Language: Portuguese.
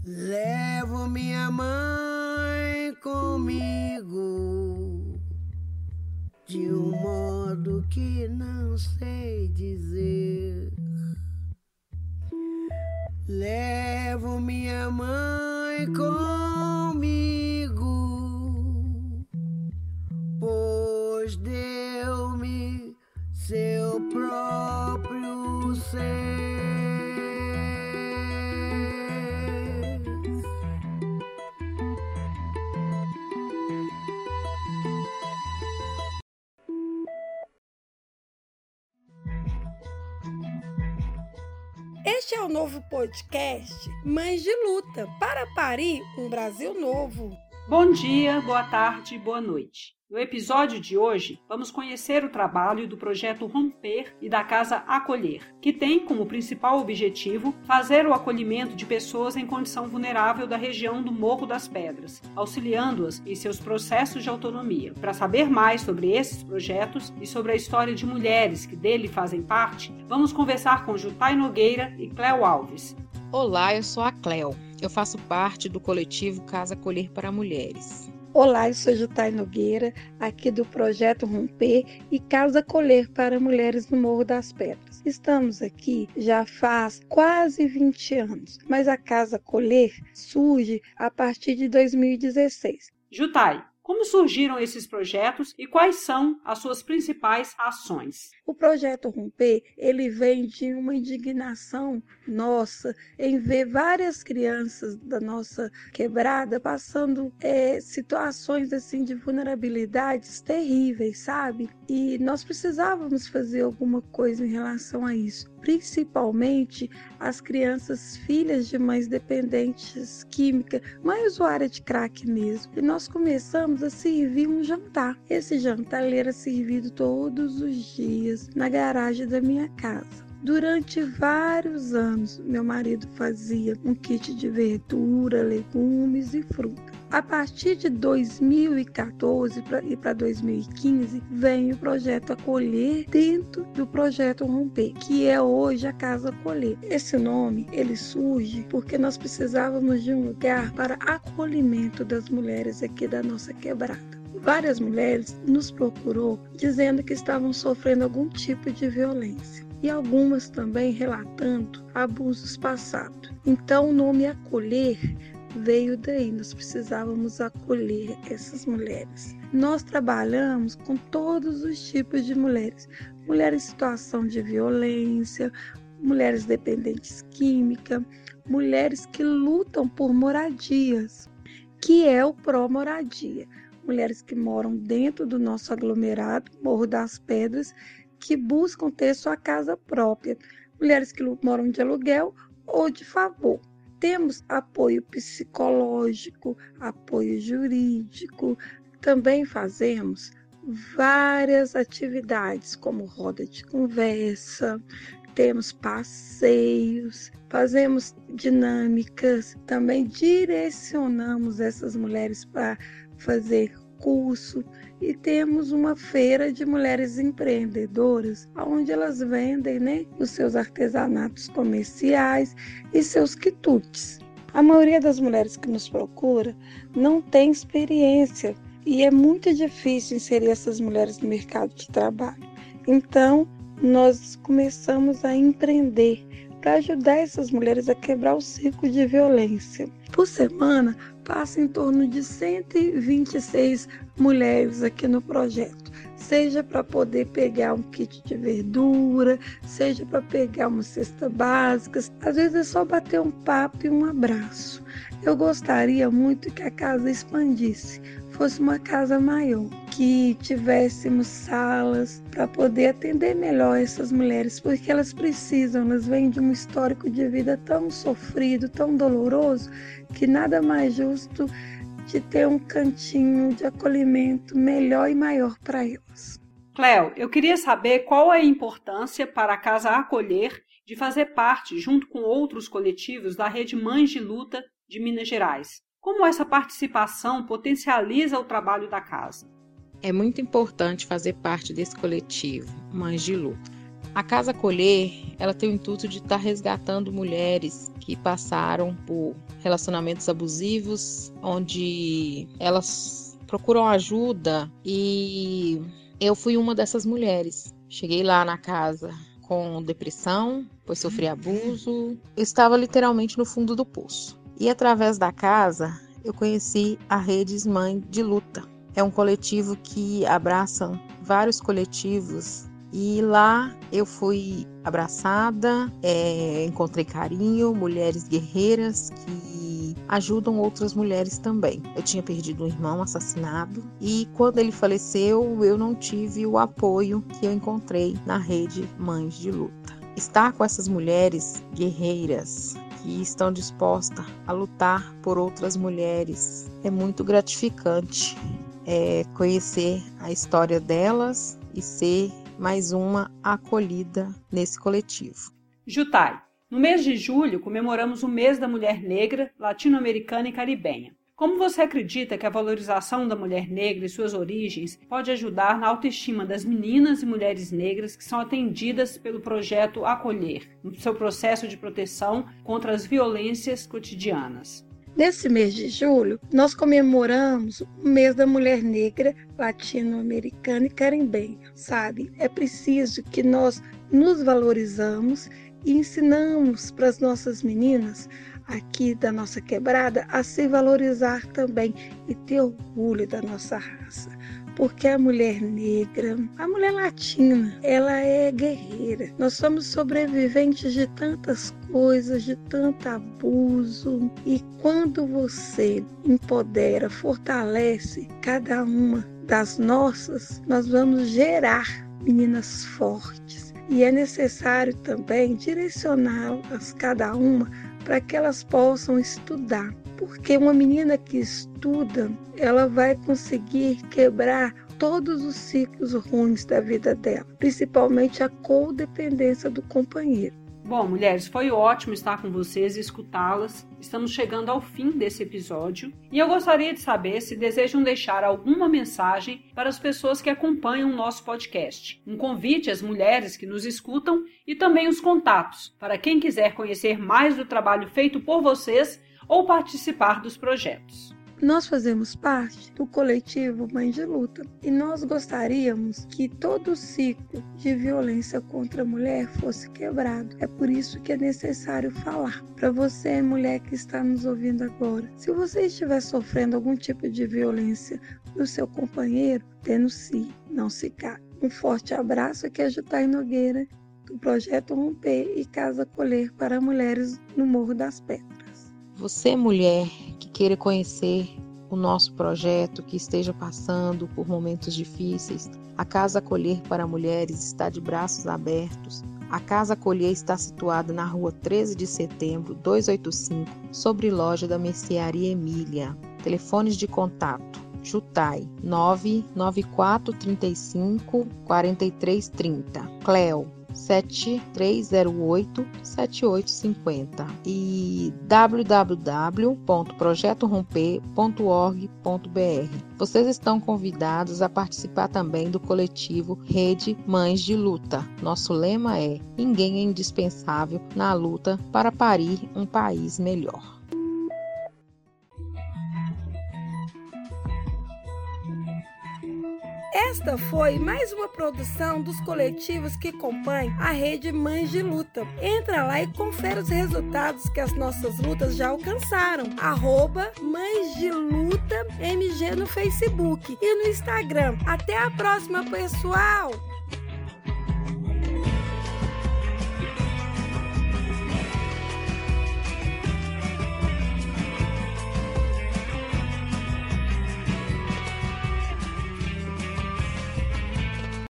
Levo minha mãe comigo de um modo que não sei dizer. Levo minha mãe comigo, pois deu-me seu próprio ser. Este é o novo podcast Mães de Luta, para parir um Brasil novo. Bom dia, boa tarde, boa noite. No episódio de hoje, vamos conhecer o trabalho do projeto Romper e da Casa Acolher, que tem como principal objetivo fazer o acolhimento de pessoas em condição vulnerável da região do Morro das Pedras, auxiliando-as em seus processos de autonomia. Para saber mais sobre esses projetos e sobre a história de mulheres que dele fazem parte, vamos conversar com Jutai Nogueira e Cleo Alves. Olá, eu sou a Cleo. Eu faço parte do coletivo Casa Acolher para Mulheres. Olá, eu sou Jutai Nogueira, aqui do Projeto Romper e Casa Acolher para Mulheres no Morro das Pedras. Estamos aqui já faz quase 20 anos, mas a Casa Acolher surge a partir de 2016. Jutai, como surgiram esses projetos e quais são as suas principais ações? O Projeto Romper, ele vem de uma indignação nossa em ver várias crianças da nossa quebrada passando situações assim de vulnerabilidades terríveis, sabe? E nós precisávamos fazer alguma coisa em relação a isso, principalmente as crianças filhas de mães dependentes química, mãe usuária de crack mesmo. E nós começamos a servir um jantar. Esse jantar ele era servido todos os dias na garagem da minha casa. Durante vários anos, meu marido fazia um kit de verdura, legumes e fruta. A partir de 2014 e para 2015, vem o projeto Acolher dentro do projeto Romper, que é hoje a Casa Acolher. Esse nome, ele surge porque nós precisávamos de um lugar para acolhimento das mulheres aqui da nossa quebrada. Várias mulheres nos procurou dizendo que estavam sofrendo algum tipo de violência e algumas também relatando abusos passados. Então o nome Acolher veio daí, nós precisávamos acolher essas mulheres. Nós trabalhamos com todos os tipos de mulheres, mulheres em situação de violência, mulheres dependentes química, mulheres que lutam por moradias, que é o pró-moradia. Mulheres que moram dentro do nosso aglomerado, Morro das Pedras, que buscam ter sua casa própria. Mulheres que moram de aluguel ou de favor. Temos apoio psicológico, apoio jurídico. Também fazemos várias atividades, como roda de conversa, temos passeios, fazemos dinâmicas. Também direcionamos essas mulheres para fazer curso e temos uma feira de mulheres empreendedoras, onde elas vendem, os seus artesanatos comerciais e seus quitutes. A maioria das mulheres que nos procura não tem experiência e é muito difícil inserir essas mulheres no mercado de trabalho. Então, nós começamos a empreender para ajudar essas mulheres a quebrar o ciclo de violência. Por semana, passa em torno de 126 mulheres aqui no projeto, seja para poder pegar um kit de verdura, seja para pegar uma cesta básica, às vezes é só bater um papo e um abraço. Eu gostaria muito que a casa expandisse, fosse uma casa maior, que tivéssemos salas para poder atender melhor essas mulheres, porque elas precisam, elas vêm de um histórico de vida tão sofrido, tão doloroso, que nada mais justo de ter um cantinho de acolhimento melhor e maior para elas. Cleo, eu queria saber qual é a importância para a Casa Acolher de fazer parte, junto com outros coletivos, da Rede Mães de Luta de Minas Gerais. Como essa participação potencializa o trabalho da casa? É muito importante fazer parte desse coletivo, Mães de Luta. A Casa Acolher, ela tem o intuito de estar resgatando mulheres que passaram por relacionamentos abusivos, onde elas procuram ajuda, e eu fui uma dessas mulheres. Cheguei lá na casa com depressão, pois sofri abuso. Eu estava literalmente no fundo do poço. E através da casa, eu conheci a Redes Mães de Luta. É um coletivo que abraça vários coletivos. E lá eu fui abraçada, encontrei carinho, mulheres guerreiras que ajudam outras mulheres também. Eu tinha perdido um irmão assassinado e quando ele faleceu eu não tive o apoio que eu encontrei na Rede Mães de Luta. Estar com essas mulheres guerreiras que estão dispostas a lutar por outras mulheres é muito gratificante. Conhecer a história delas e ser mais uma acolhida nesse coletivo. Jutai, no mês de julho comemoramos o mês da mulher negra, latino-americana e caribenha. Como você acredita que a valorização da mulher negra e suas origens pode ajudar na autoestima das meninas e mulheres negras que são atendidas pelo projeto Acolher, no seu processo de proteção contra as violências cotidianas? Nesse mês de julho, nós comemoramos o mês da mulher negra, latino-americana e caribenha, sabe? É preciso que nós nos valorizamos e ensinamos para as nossas meninas aqui da nossa quebrada a se valorizar também e ter orgulho da nossa raça. Porque a mulher negra, a mulher latina, ela é guerreira. Nós somos sobreviventes de tantas coisas, de tanto abuso. E quando você empodera, fortalece cada uma das nossas, nós vamos gerar meninas fortes. E é necessário também direcioná-las, cada uma, para que elas possam estudar. Porque uma menina que estuda, ela vai conseguir quebrar todos os ciclos ruins da vida dela, principalmente a codependência do companheiro. Bom, mulheres, foi ótimo estar com vocês e escutá-las. Estamos chegando ao fim desse episódio e eu gostaria de saber se desejam deixar alguma mensagem para as pessoas que acompanham o nosso podcast. Um convite às mulheres que nos escutam e também os contatos para quem quiser conhecer mais do trabalho feito por vocês ou participar dos projetos. Nós fazemos parte do coletivo Mães de Luta e nós gostaríamos que todo o ciclo de violência contra a mulher fosse quebrado. É por isso que é necessário falar. Para você, mulher que está nos ouvindo agora, se você estiver sofrendo algum tipo de violência do seu companheiro, denuncie, não se cale. Um forte abraço, aqui é Jutai Nogueira, do Projeto Romper e Casa Acolher para Mulheres no Morro das Pedras. Você, mulher, que queira conhecer o nosso projeto, que esteja passando por momentos difíceis, a Casa Acolher para Mulheres está de braços abertos. A Casa Acolher está situada na rua 13 de setembro, 285, sobre loja da Mercearia Emília. Telefones de contato: Jutai 99435 4330, Cleo 7308-7850 e www.projetoromper.org.br. Vocês estão convidados a participar também do coletivo Rede Mães de Luta. Nosso lema é: ninguém é indispensável na luta para parir um país melhor. Esta foi mais uma produção dos coletivos que compõem a Rede Mães de Luta. Entra lá e confere os resultados que as nossas lutas já alcançaram. @Mães de Luta MG no Facebook e no Instagram. Até a próxima, pessoal!